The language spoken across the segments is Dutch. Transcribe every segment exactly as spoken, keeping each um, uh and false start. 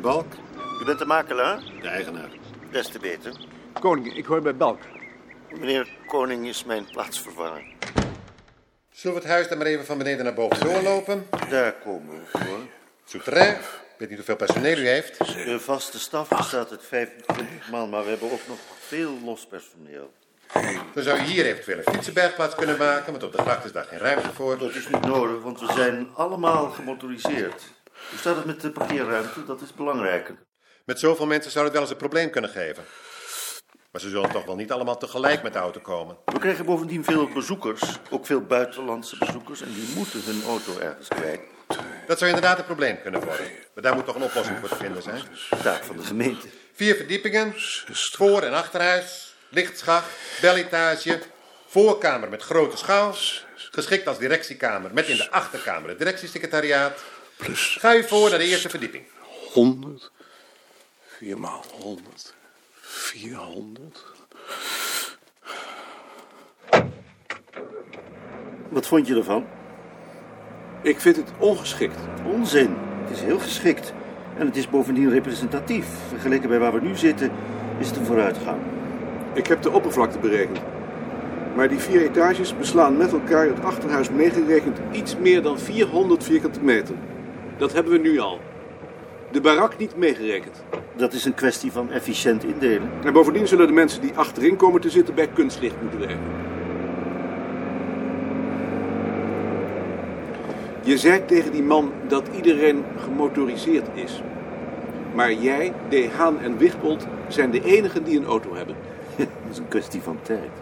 Balk. U bent de makelaar? De eigenaar. Des te beter. Koning, ik hoor bij Balk. Meneer Koning is mijn plaatsvervanger. Zullen we het huis dan maar even van beneden naar boven doorlopen? Daar komen we voor. Souterrain. Ik weet niet hoeveel personeel u heeft. De vaste staf bestaat uit vijfentwintig man, maar we hebben ook nog veel los personeel. Dan zou je hier eventueel een fietsenbergplaats kunnen maken, want op de gracht is daar geen ruimte voor. Dat is niet nodig, want we zijn allemaal gemotoriseerd. Hoe staat het met de parkeerruimte? Dat is belangrijker. Met zoveel mensen zou het wel eens een probleem kunnen geven. Maar ze zullen toch wel niet allemaal tegelijk met de auto komen. We krijgen bovendien veel bezoekers, ook veel buitenlandse bezoekers, en die moeten hun auto ergens kwijt. Dat zou inderdaad een probleem kunnen worden. Maar daar moet toch een oplossing voor te vinden zijn. Taak van de gemeente. Vier verdiepingen, voor- en achterhuis, lichtschacht, beletage, voorkamer met grote schouw, geschikt als directiekamer met in de achterkamer het directiesecretariaat. Ga u voor naar de eerste verdieping. honderd, vier maal honderd, vierhonderd. Wat vond je ervan? Ik vind het ongeschikt. Onzin. Het is heel geschikt. En het is bovendien representatief. Vergeleken bij waar we nu zitten, is het een vooruitgang. Ik heb de oppervlakte berekend. Maar die vier etages beslaan met elkaar het achterhuis meegerekend iets meer dan vierhonderd vierkante meter. Dat hebben we nu al. De barak niet meegerekend. Dat is een kwestie van efficiënt indelen. En bovendien zullen de mensen die achterin komen te zitten bij kunstlicht moeten werken. Je zei tegen die man dat iedereen gemotoriseerd is. Maar jij, De Haan en Wigbold zijn de enigen die een auto hebben. Dat is een kwestie van tijd.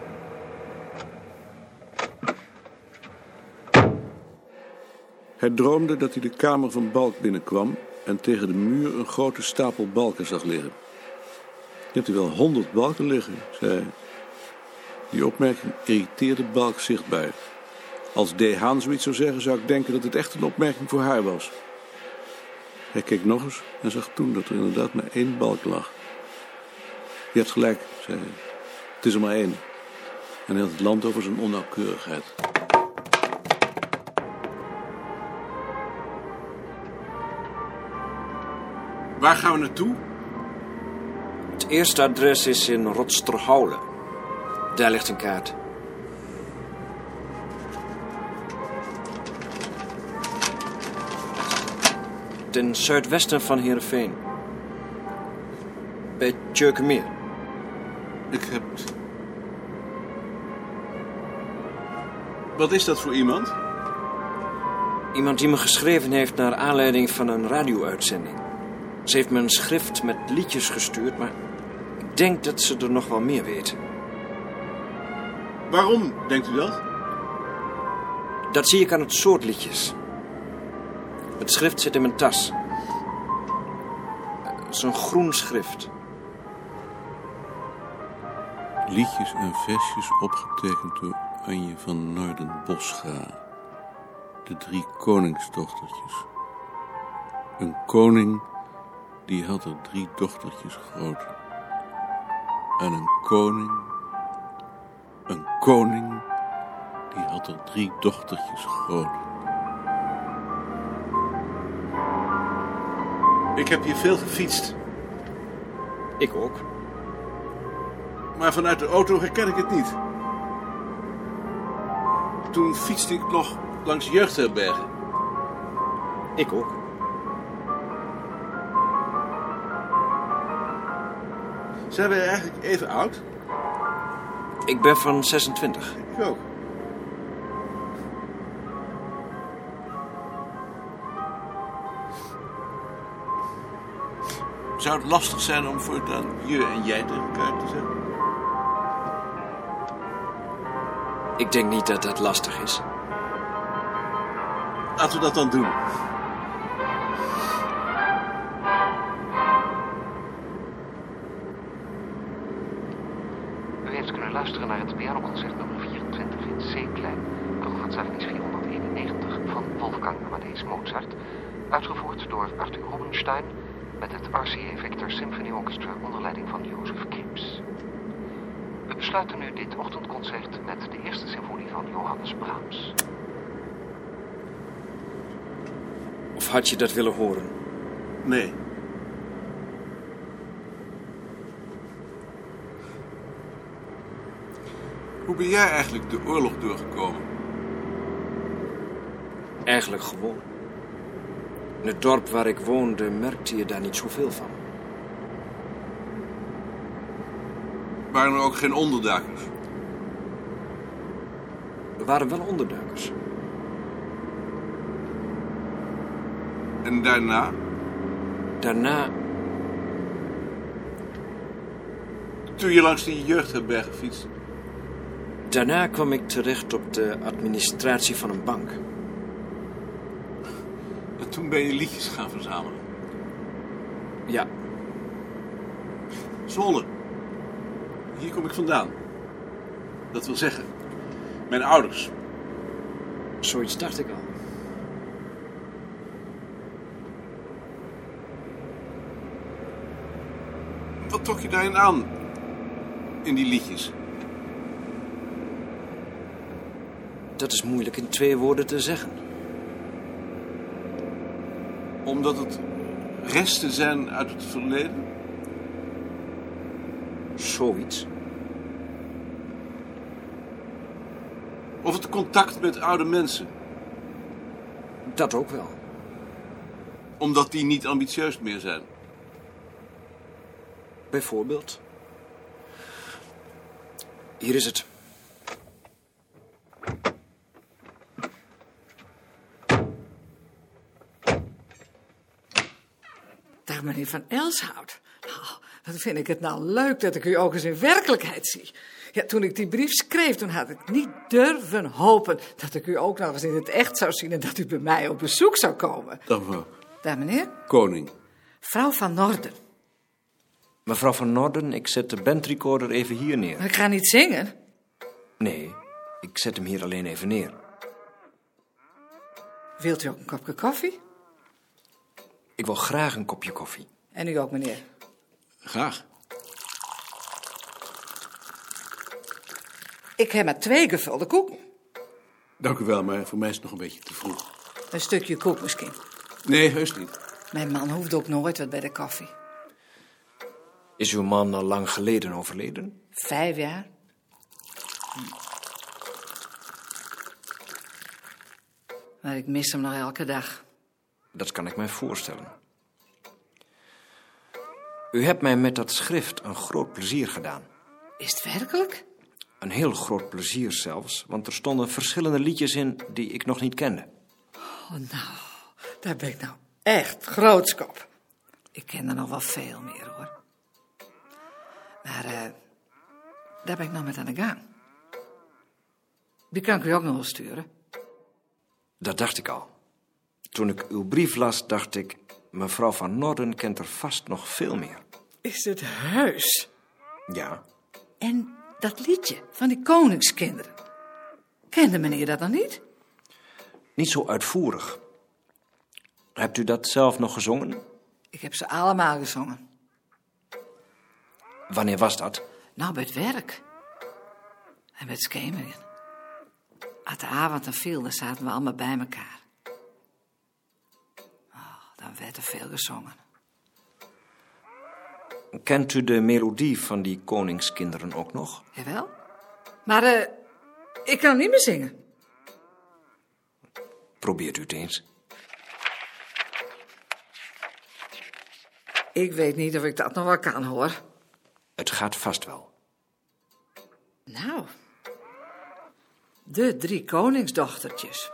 Hij droomde dat hij de kamer van Balk binnenkwam en tegen de muur een grote stapel balken zag liggen. Je hebt hier wel honderd balken liggen, zei hij. Die opmerking irriteerde Balk zichtbaar. Als De Haan zoiets zou zeggen, zou ik denken dat het echt een opmerking voor haar was. Hij keek nog eens en zag toen dat er inderdaad maar één balk lag. Je hebt gelijk, zei hij. Het is er maar één. En hij had het land over zijn onnauwkeurigheid. Waar gaan we naartoe? Het eerste adres is in Rotsterhoulen. Daar ligt een kaart. Ten zuidwesten van Heerenveen. Bij Tjeukenmeer. Ik heb... Wat is dat voor iemand? Iemand die me geschreven heeft naar aanleiding van een radio-uitzending. Ze heeft me een schrift met liedjes gestuurd, maar ik denk dat ze er nog wel meer weet. Waarom, denkt u dat? Dat zie ik aan het soort liedjes. Het schrift zit in mijn tas. Zo'n groen schrift. Liedjes en versjes opgetekend door Anje van Noordenboscha. De drie koningsdochtertjes. Een koning, die had er drie dochtertjes groot. En een koning, een koning, die had er drie dochtertjes groot. Ik heb hier veel gefietst. Ik ook. Maar vanuit de auto herken ik het niet. Toen fietste ik nog langs jeugdherbergen. Ik ook. Zijn wij eigenlijk even oud? Ik ben van zesentwintig. Ik ook. Zou het lastig zijn om voortaan je en jij tegen elkaar te zeggen? Ik denk niet dat dat lastig is. Laten we dat dan doen. U heeft kunnen luisteren naar het pianoconcert nummer vierentwintig in C-klein, Beethoven vierhonderdeenennegentig van Wolfgang Amadeus Mozart, uitgevoerd door Arthur Rubinstein met het R C A Victor Symphony Orchestra onder leiding van Jozef Krips. We besluiten nu dit ochtendconcert met de eerste symfonie van Johannes Brahms. Of had je dat willen horen? Nee. Hoe ben jij eigenlijk de oorlog doorgekomen? Eigenlijk gewoon. In het dorp waar ik woonde merkte je daar niet zoveel van. Waren er ook geen onderduikers? Er waren wel onderduikers. En daarna? Daarna, Toen je langs die jeugdherbergen fietste? daarna kwam ik terecht op de administratie van een bank. En toen ben je liedjes gaan verzamelen. Ja, Zwolle. Hier kom ik vandaan. Dat wil zeggen, mijn ouders. zoiets dacht ik al. Wat trok je daarin aan? In die liedjes? Dat is moeilijk in twee woorden te zeggen. Omdat het resten zijn uit het verleden? Zoiets. Of het contact met oude mensen? Dat ook wel. Omdat die niet ambitieus meer zijn? Bijvoorbeeld. Hier is het. Dag meneer Van Elshout. Nou, wat vind ik het nou leuk dat ik u ook eens in werkelijkheid zie. Ja, toen ik die brief schreef, toen had ik niet durven hopen dat ik u ook nog eens in het echt zou zien en dat u bij mij op bezoek zou komen. Dag mevrouw. Dag meneer. Koning. Vrouw van Norden. Mevrouw van Norden, ik zet de bandrecorder even hier neer. Maar ik ga niet zingen. Nee, ik zet hem hier alleen even neer. Wilt u ook een kopje koffie? Ik wil graag een kopje koffie. En u ook, meneer. Graag. Ik heb maar twee gevulde koeken. Dank u wel, maar voor mij is het nog een beetje te vroeg. Een stukje koek misschien. Nee, heus niet. Mijn man hoeft ook nooit wat bij de koffie. Is uw man al lang geleden overleden? Vijf jaar. Maar ik mis hem nog elke dag. Dat kan ik mij voorstellen. U hebt mij met dat schrift een groot plezier gedaan. Is het werkelijk? Een heel groot plezier zelfs, want er stonden verschillende liedjes in die ik nog niet kende. Oh, nou, daar ben ik nou echt grootskop. Ik ken er nog wel veel meer, hoor. Maar uh, daar ben ik nog met aan de gang. Die kan ik u ook nog wel sturen. Dat dacht ik al. Toen ik uw brief las, dacht ik, mevrouw van Norden kent er vast nog veel meer. Is het heus? Ja, En dat liedje van die koningskinderen. Kende meneer dat dan niet? niet zo uitvoerig. Hebt u dat zelf nog gezongen? Ik heb ze allemaal gezongen. Wanneer was dat? Nou, bij het werk. En bij het schemeren. Als de avond dan viel, dan zaten we allemaal bij elkaar. Oh, dan werd er veel gezongen. Kent u de melodie van die koningskinderen ook nog? Jawel. Maar uh, ik kan niet meer zingen. Probeert u het eens. Ik weet niet of ik dat nog wel kan, hoor. Het gaat vast wel. Nou, de drie koningsdochtertjes.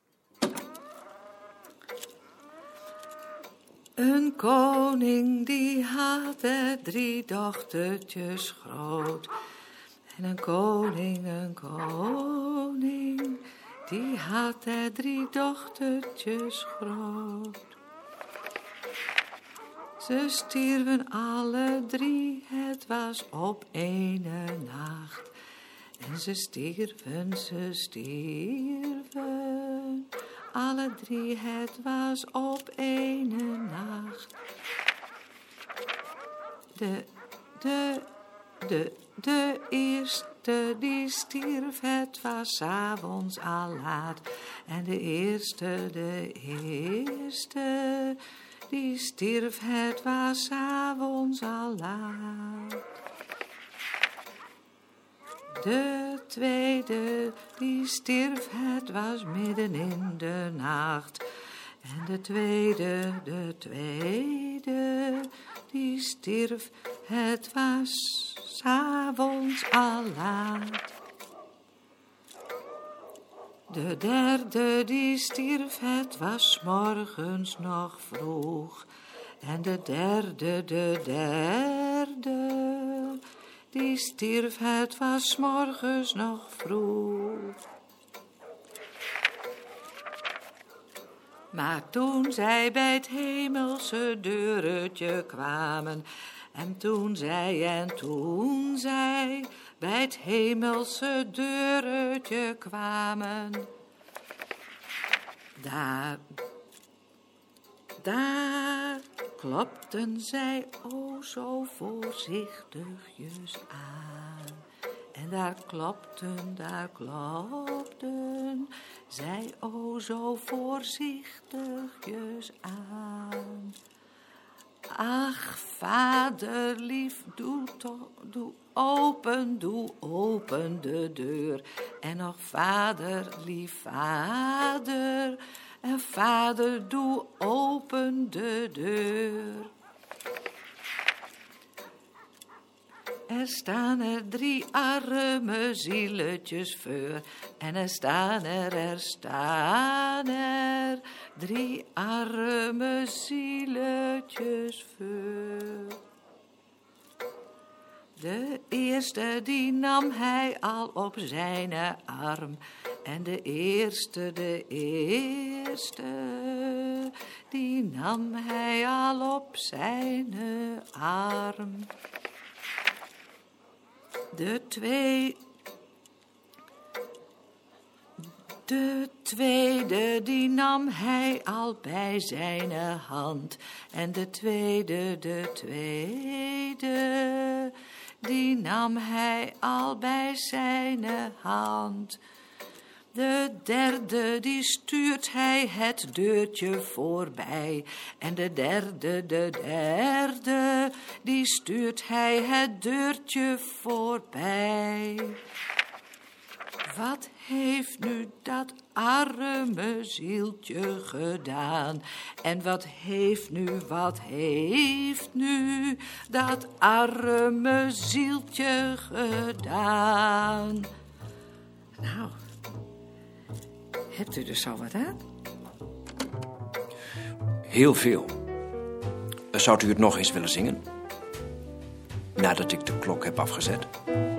Een koning die had er drie dochtertjes groot. En een koning, een koning, die had er drie dochtertjes groot. Ze stierven alle drie, het was op ene nacht. En ze stierven, ze stierven, alle drie, het was op ene nacht. De, de, de, de eerste die stierf, het was 's avonds al laat. En de eerste, de eerste, die stierf, het was 's avonds al laat. De tweede, die stierf, het was midden in de nacht. En de tweede, de tweede, die stierf, het was 's avonds al laat. De derde, die stierf, het was 's morgens nog vroeg. En de derde, de derde, die stierf, het was 's morgens nog vroeg. Maar toen zij bij het hemelse deurtje kwamen, en toen zij, en toen zij bij het hemelse deurtje kwamen, daar, daar klopten zij o zo voorzichtigjes aan. En daar klopten, daar klopten zij o zo voorzichtigjes aan. Ach, vaderlief, doe toch, doe open, doe open de deur. En nog vaderlief, vader, en vader, doe open de deur. Er staan er drie arme zieletjes voor. En er staan er, er staan er drie arme zieletjes voor. De eerste, die nam hij al op zijn arm. En de eerste, de eerste, die nam hij al op zijn arm. De twee... De tweede, die nam hij al bij zijn hand. En de tweede, de tweede, die nam hij al bij zijn hand. De derde, die stuurt hij het deurtje voorbij. En de derde, de derde, die stuurt hij het deurtje voorbij. Wat heeft nu dat arme zieltje gedaan? En wat heeft nu, wat heeft nu dat arme zieltje gedaan? Nou, hebt u er zo wat aan? Heel veel. Zou u het nog eens willen zingen? Nadat ik de klok heb afgezet?